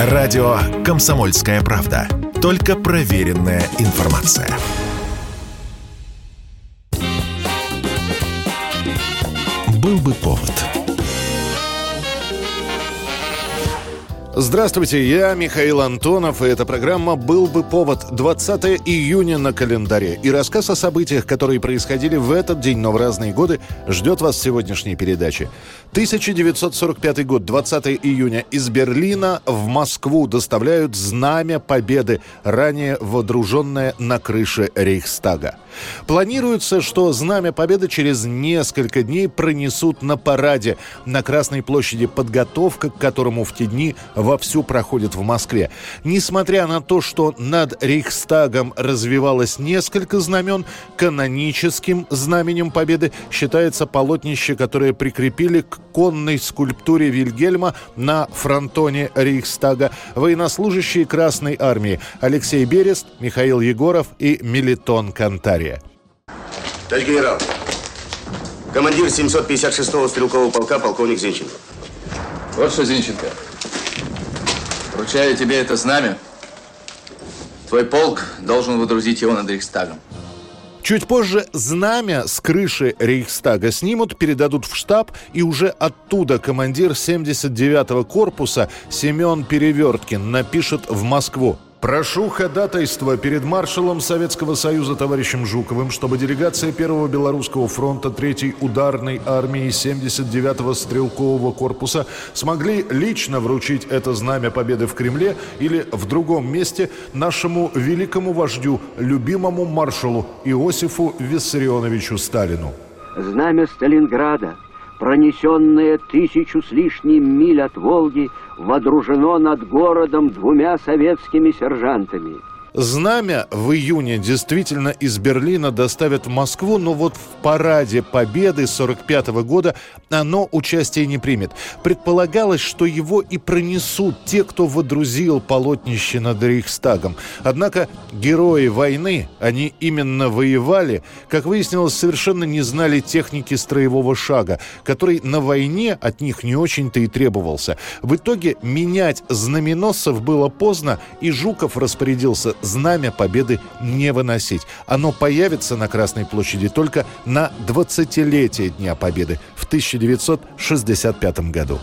Радио «Комсомольская правда». Только проверенная информация. Был бы повод. Здравствуйте, я Михаил Антонов, и эта программа «Был бы повод». 20 июня на календаре. И рассказ о событиях, которые происходили в этот день, но в разные годы, ждет вас в сегодняшней передаче. 1945 год, 20 июня. Из Берлина в Москву доставляют Знамя Победы, ранее водруженное на крыше Рейхстага. Планируется, что Знамя Победы через несколько дней пронесут на параде на Красной площади, подготовка к которому в те дни вовсю проходит в Москве. Несмотря на то, что над Рейхстагом развивалось несколько знамен, каноническим знаменем Победы считается полотнище, которое прикрепили к конной скульптуре Вильгельма на фронтоне Рейхстага военнослужащие Красной армии Алексей Берест, Михаил Егоров и Мелитон Кантария. Товарищ генерал, командир 756-го стрелкового полка полковник Зинченко. Вот что, Зинченко, вручаю тебе это знамя. Твой полк должен водрузить его над Рейхстагом. Чуть позже знамя с крыши Рейхстага снимут, передадут в штаб, и уже оттуда командир 79-го корпуса Семен Переверткин напишет в Москву: «Прошу ходатайства перед маршалом Советского Союза товарищем Жуковым, чтобы делегация Первого Белорусского фронта 3-й ударной армии 79-го стрелкового корпуса смогли лично вручить это Знамя Победы в Кремле или в другом месте нашему великому вождю, любимому маршалу Иосифу Виссарионовичу Сталину». Знамя Сталинграда, пронесенное 1000 с лишним миль от Волги, водружено над городом 2 советскими сержантами. Знамя в июне действительно из Берлина доставят в Москву, но вот в параде Победы 1945 года оно участие не примет. Предполагалось, что его и пронесут те, кто водрузил полотнище над Рейхстагом. Однако герои войны, они именно воевали, как выяснилось, совершенно не знали техники строевого шага, который на войне от них не очень-то и требовался. В итоге менять знаменосцев было поздно, и Жуков распорядился Знамя Победы не выносить. Оно появится на Красной площади только на 20-летие Дня Победы в 1965 году.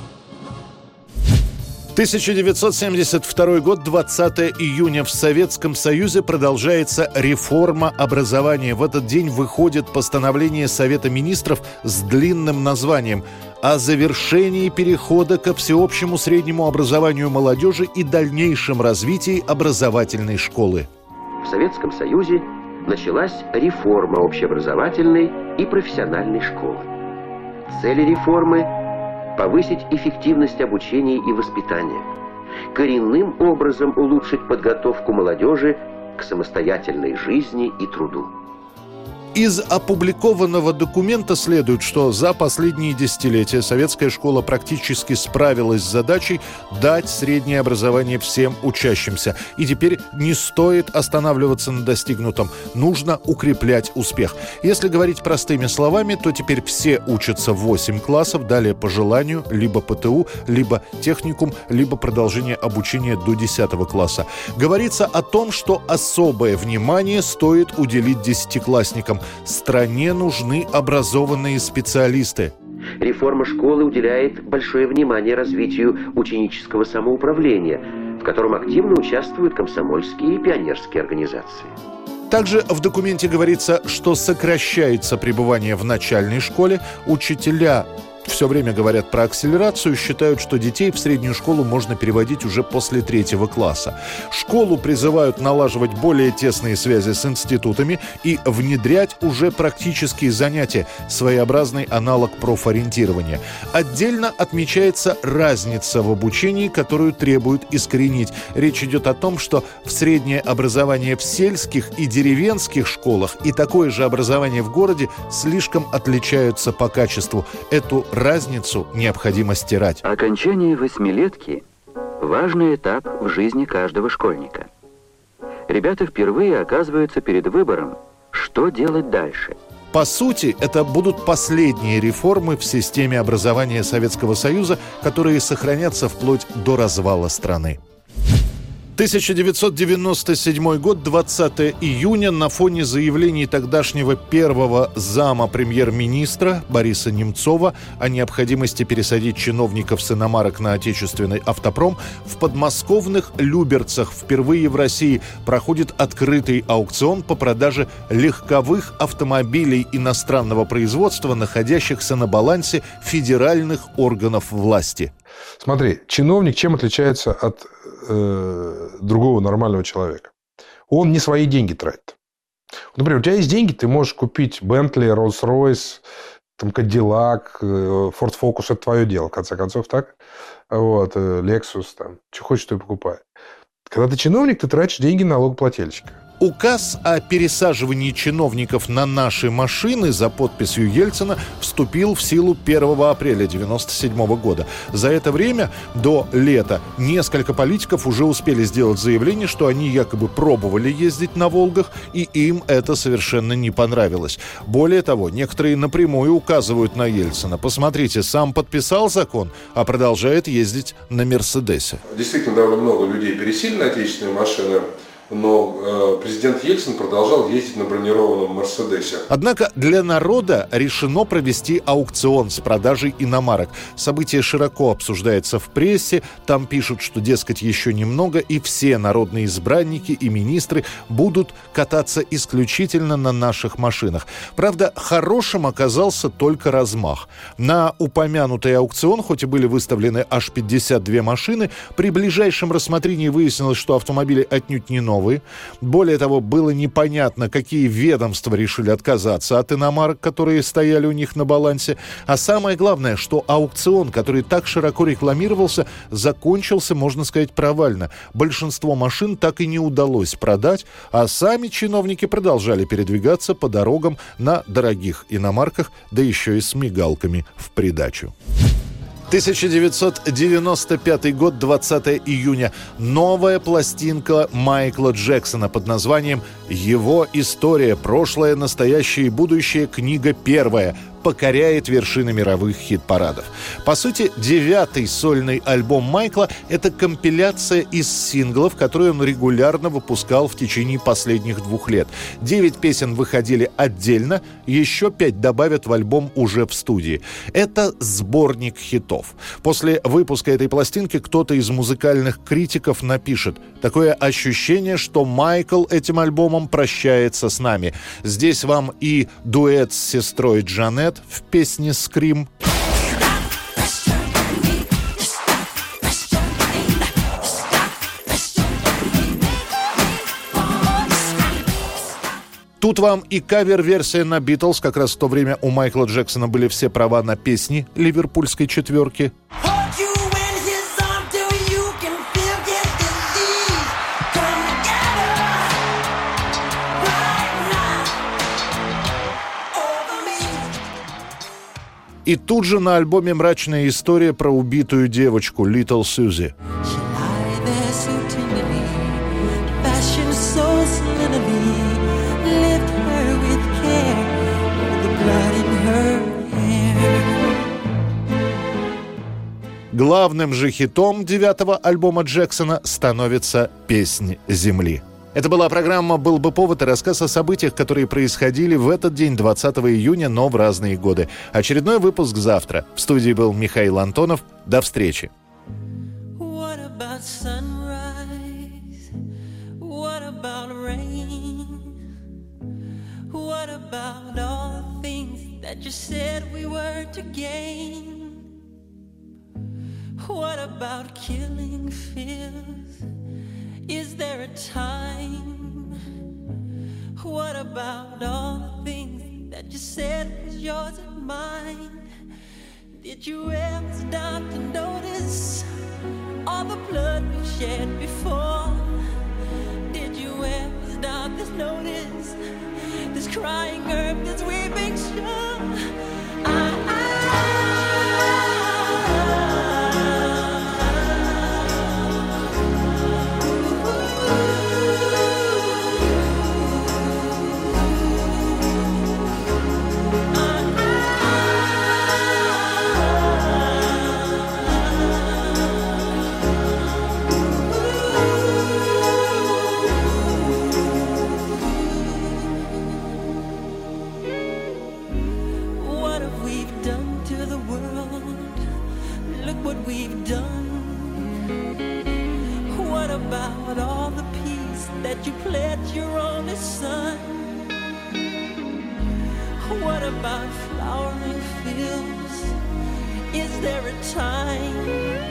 1972 год, 20 июня. В Советском Союзе продолжается реформа образования. В этот день выходит постановление Совета министров с длинным названием о завершении перехода ко всеобщему среднему образованию молодежи и дальнейшем развитии образовательной школы. В Советском Союзе началась реформа общеобразовательной и профессиональной школы. Цели реформы – повысить эффективность обучения и воспитания, коренным образом улучшить подготовку молодежи к самостоятельной жизни и труду. Из опубликованного документа следует, что за последние десятилетия советская школа практически справилась с задачей дать среднее образование всем учащимся. И теперь не стоит останавливаться на достигнутом. Нужно укреплять успех. Если говорить простыми словами, то теперь все учатся 8 классов, далее по желанию, либо ПТУ, либо техникум, либо продолжение обучения до 10 класса. Говорится о том, что особое внимание стоит уделить десятиклассникам. Стране нужны образованные специалисты. Реформа школы уделяет большое внимание развитию ученического самоуправления, в котором активно участвуют комсомольские и пионерские организации. Также в документе говорится, что сокращается пребывание в начальной школе. Учителя все время говорят про акселерацию, считают, что детей в среднюю школу можно переводить уже после 3 класса. Школу призывают налаживать более тесные связи с институтами и внедрять уже практические занятия, своеобразный аналог профориентирования. Отдельно отмечается разница в обучении, которую требуют искоренить. Речь идет о том, что в среднее образование в сельских и деревенских школах и такое же образование в городе слишком отличаются по качеству. Эту разницу необходимо стирать. Окончание 8-летки – важный этап в жизни каждого школьника. Ребята впервые оказываются перед выбором, что делать дальше. По сути, это будут последние реформы в системе образования Советского Союза, которые сохранятся вплоть до развала страны. 1997 год, 20 июня, на фоне заявлений тогдашнего первого зама премьер-министра Бориса Немцова о необходимости пересадить чиновников с иномарок на отечественный автопром, в подмосковных Люберцах впервые в России проходит открытый аукцион по продаже легковых автомобилей иностранного производства, находящихся на балансе федеральных органов власти. Смотри, чиновник чем отличается от другого нормального человека? Он не свои деньги тратит. Например, у тебя есть деньги, ты можешь купить Bentley, Rolls-Royce, там, Cadillac, Ford Focus, это твое дело, в конце концов, так? Вот, Lexus, там, что хочешь, то и покупай. Когда ты чиновник, ты тратишь деньги налогоплательщика. Указ о пересаживании чиновников на наши машины за подписью Ельцина вступил в силу 1 апреля 1997 года. За это время, до лета, несколько политиков уже успели сделать заявление, что они якобы пробовали ездить на «Волгах», и им это совершенно не понравилось. Более того, некоторые напрямую указывают на Ельцина. Посмотрите, сам подписал закон, а продолжает ездить на «Мерседесе». Действительно, довольно много людей пересели на отечественные машины. Но президент Ельцин продолжал ездить на бронированном «Мерседесе». Однако для народа решено провести аукцион с продажей иномарок. Событие широко обсуждается в прессе. Там пишут, что, дескать, еще немного, и все народные избранники и министры будут кататься исключительно на наших машинах. Правда, хорошим оказался только размах. На упомянутый аукцион, хоть и были выставлены аж 52 машины, при ближайшем рассмотрении выяснилось, что автомобили отнюдь не новые. Более того, было непонятно, какие ведомства решили отказаться от иномарок, которые стояли у них на балансе. А самое главное, что аукцион, который так широко рекламировался, закончился, можно сказать, провально. Большинство машин так и не удалось продать, а сами чиновники продолжали передвигаться по дорогам на дорогих иномарках, да еще и с мигалками в придачу. 1995 год, 20 июня. Новая пластинка Майкла Джексона под названием «Его история. Прошлое, настоящее и будущее. Книга первая» покоряет вершины мировых хит-парадов. По сути, 9-й сольный альбом Майкла — это компиляция из синглов, которые он регулярно выпускал в течение последних 2 лет. 9 песен выходили отдельно, еще 5 добавят в альбом уже в студии. Это сборник хитов. После выпуска этой пластинки кто-то из музыкальных критиков напишет: «Такое ощущение, что Майкл этим альбомом прощается с нами. Здесь вам и дуэт с сестрой Джанет в песне «Скрим». Тут вам и кавер-версия на «Битлз». Как раз в то время у Майкла Джексона были все права на песни ливерпульской четверки. И тут же на альбоме мрачная история про убитую девочку Little Susie. Главным же хитом 9-го альбома Джексона становится «Песнь земли». Это была программа «Был бы повод» и рассказ о событиях, которые происходили в этот день, 20 июня, но в разные годы. Очередной выпуск завтра. В студии был Михаил Антонов. До встречи. What about killing fears? Is there a time? What about all the things that you said was yours and mine? Did you ever stop to notice all the blood we've shed before? Did you ever stop to notice this crying earth, this weeping shore? about all the peace that you pledged your only son? What about flowering fields? Is there a time?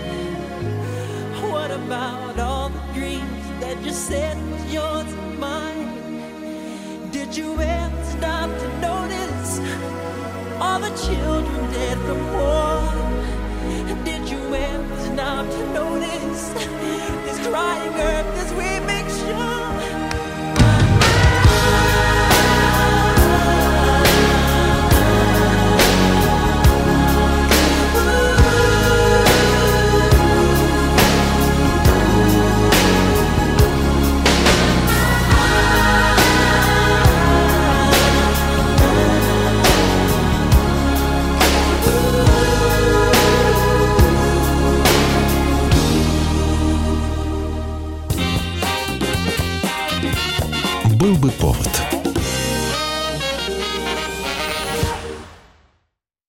What about all the dreams that you said was yours and mine? Did you ever stop to notice all the children dead from war? Did you ever stop to notice this crying earth as we make sure? Был бы повод.